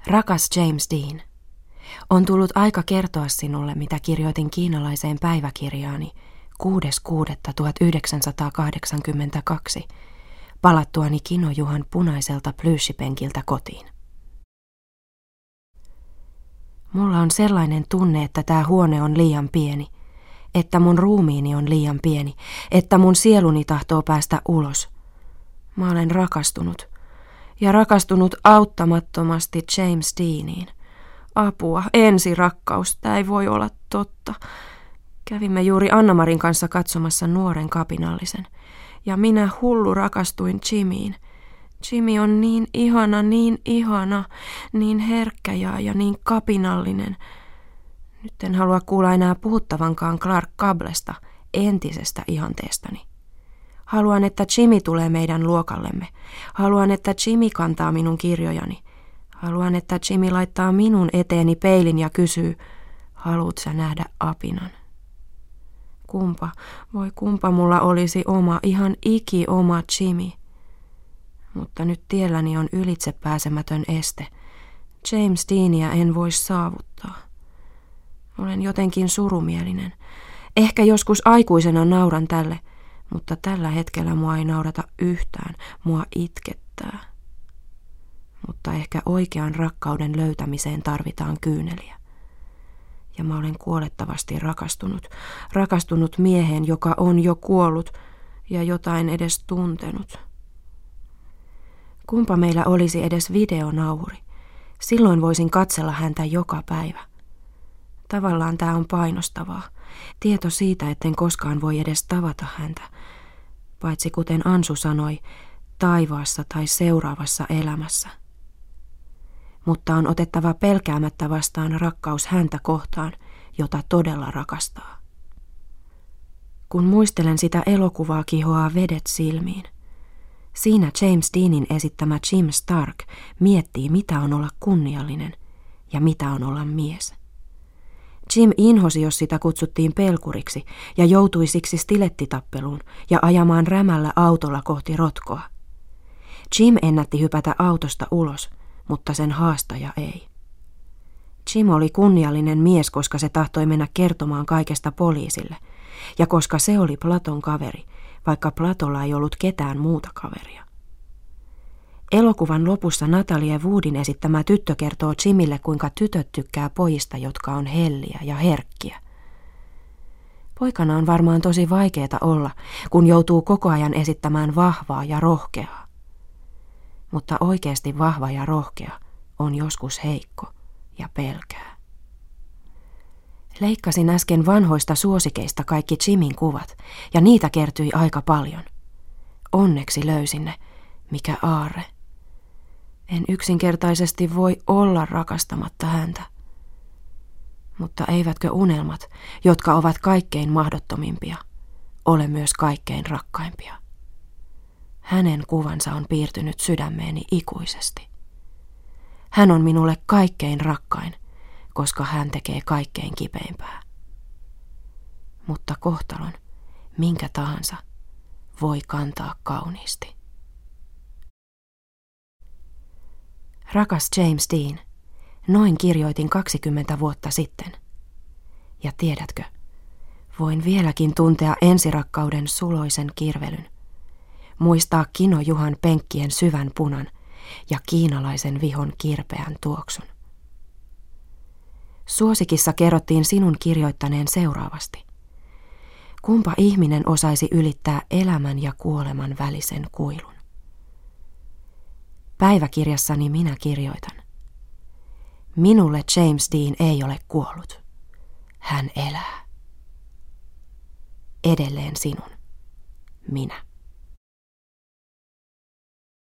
Rakas James Dean, on tullut aika kertoa sinulle, mitä kirjoitin kiinalaiseen päiväkirjaani 6.6.1982 palattuani Kino-Juhan punaiselta plyysipenkiltä kotiin. Mulla on sellainen tunne, että tää huone on liian pieni, että mun ruumiini on liian pieni, että mun sieluni tahtoo päästä ulos. Mä olen rakastunut, ja rakastunut auttamattomasti James Deaniin. Apua, ensirakkaus, tää ei voi olla totta. Kävimme juuri Anna-Marin kanssa katsomassa Nuoren kapinallisen, ja minä hullu rakastuin Jimmiin. Jimmy on niin ihana, niin herkkä ja niin kapinallinen. Nyt en halua kuulla enää puhuttavankaan Clark Gablesta, entisestä ihanteestani. Haluan, että Jimmy tulee meidän luokallemme. Haluan, että Jimmy kantaa minun kirjojani. Haluan, että Jimmy laittaa minun eteeni peilin ja kysyy, haluut sä nähdä apinan? Kumpa mulla olisi ihan oma Jimmy. Mutta nyt tielläni on ylitsepääsemätön este. James Deania en voi saavuttaa. Olen jotenkin surumielinen. Ehkä joskus aikuisena nauran tälle, mutta tällä hetkellä mua ei naurata yhtään, mua itkettää. Mutta ehkä oikean rakkauden löytämiseen tarvitaan kyyneliä. Ja mä olen kuolettavasti rakastunut mieheen, joka on jo kuollut ja jotain edes tuntenut. Kumpa meillä olisi edes videonauhuri. Silloin voisin katsella häntä joka päivä. Tavallaan tää on painostavaa. Tieto siitä, etten koskaan voi edes tavata häntä. Paitsi kuten Ansu sanoi, taivaassa tai seuraavassa elämässä. Mutta on otettava pelkäämättä vastaan rakkaus häntä kohtaan, jota todella rakastaa. Kun muistelen sitä elokuvaa, kihoaa vedet silmiin. Siinä James Deanin esittämä Jim Stark miettii, mitä on olla kunniallinen ja mitä on olla mies. Jim inhosi, jos sitä kutsuttiin pelkuriksi ja joutui siksi stilettitappeluun ja ajamaan rämällä autolla kohti rotkoa. Jim ennätti hypätä autosta ulos, mutta sen haastaja ei. Jim oli kunniallinen mies, koska se tahtoi mennä kertomaan kaikesta poliisille, ja koska se oli Platon kaveri, vaikka Platolla ei ollut ketään muuta kaveria. Elokuvan lopussa Natalie Woodin esittämä tyttö kertoo Jimille, kuinka tytöt tykkää pojista, jotka on helliä ja herkkiä. Poikana on varmaan tosi vaikeeta olla, kun joutuu koko ajan esittämään vahvaa ja rohkeaa. Mutta oikeasti vahva ja rohkea on joskus heikko ja pelkää. Leikkasin äsken vanhoista suosikeista kaikki Jimin kuvat, ja niitä kertyi aika paljon. Onneksi löysin ne, mikä aarre. En yksinkertaisesti voi olla rakastamatta häntä. Mutta eivätkö unelmat, jotka ovat kaikkein mahdottomimpia, ole myös kaikkein rakkaimpia? Hänen kuvansa on piirtynyt sydämeeni ikuisesti. Hän on minulle kaikkein rakkain, koska hän tekee kaikkein kipeimpää. Mutta kohtalon, minkä tahansa, voi kantaa kauniisti. Rakas James Dean, noin kirjoitin 20 vuotta sitten. Ja tiedätkö, voin vieläkin tuntea ensirakkauden suloisen kirvelyn, muistaa Kino-Juhan penkkien syvän punan ja kiinalaisen vihon kirpeän tuoksun. Suosikissa kerrottiin sinun kirjoittaneen seuraavasti. Kumpa ihminen osaisi ylittää elämän ja kuoleman välisen kuilun? Päiväkirjassani minä kirjoitan. Minulle James Dean ei ole kuollut. Hän elää. Edelleen sinun. Minä.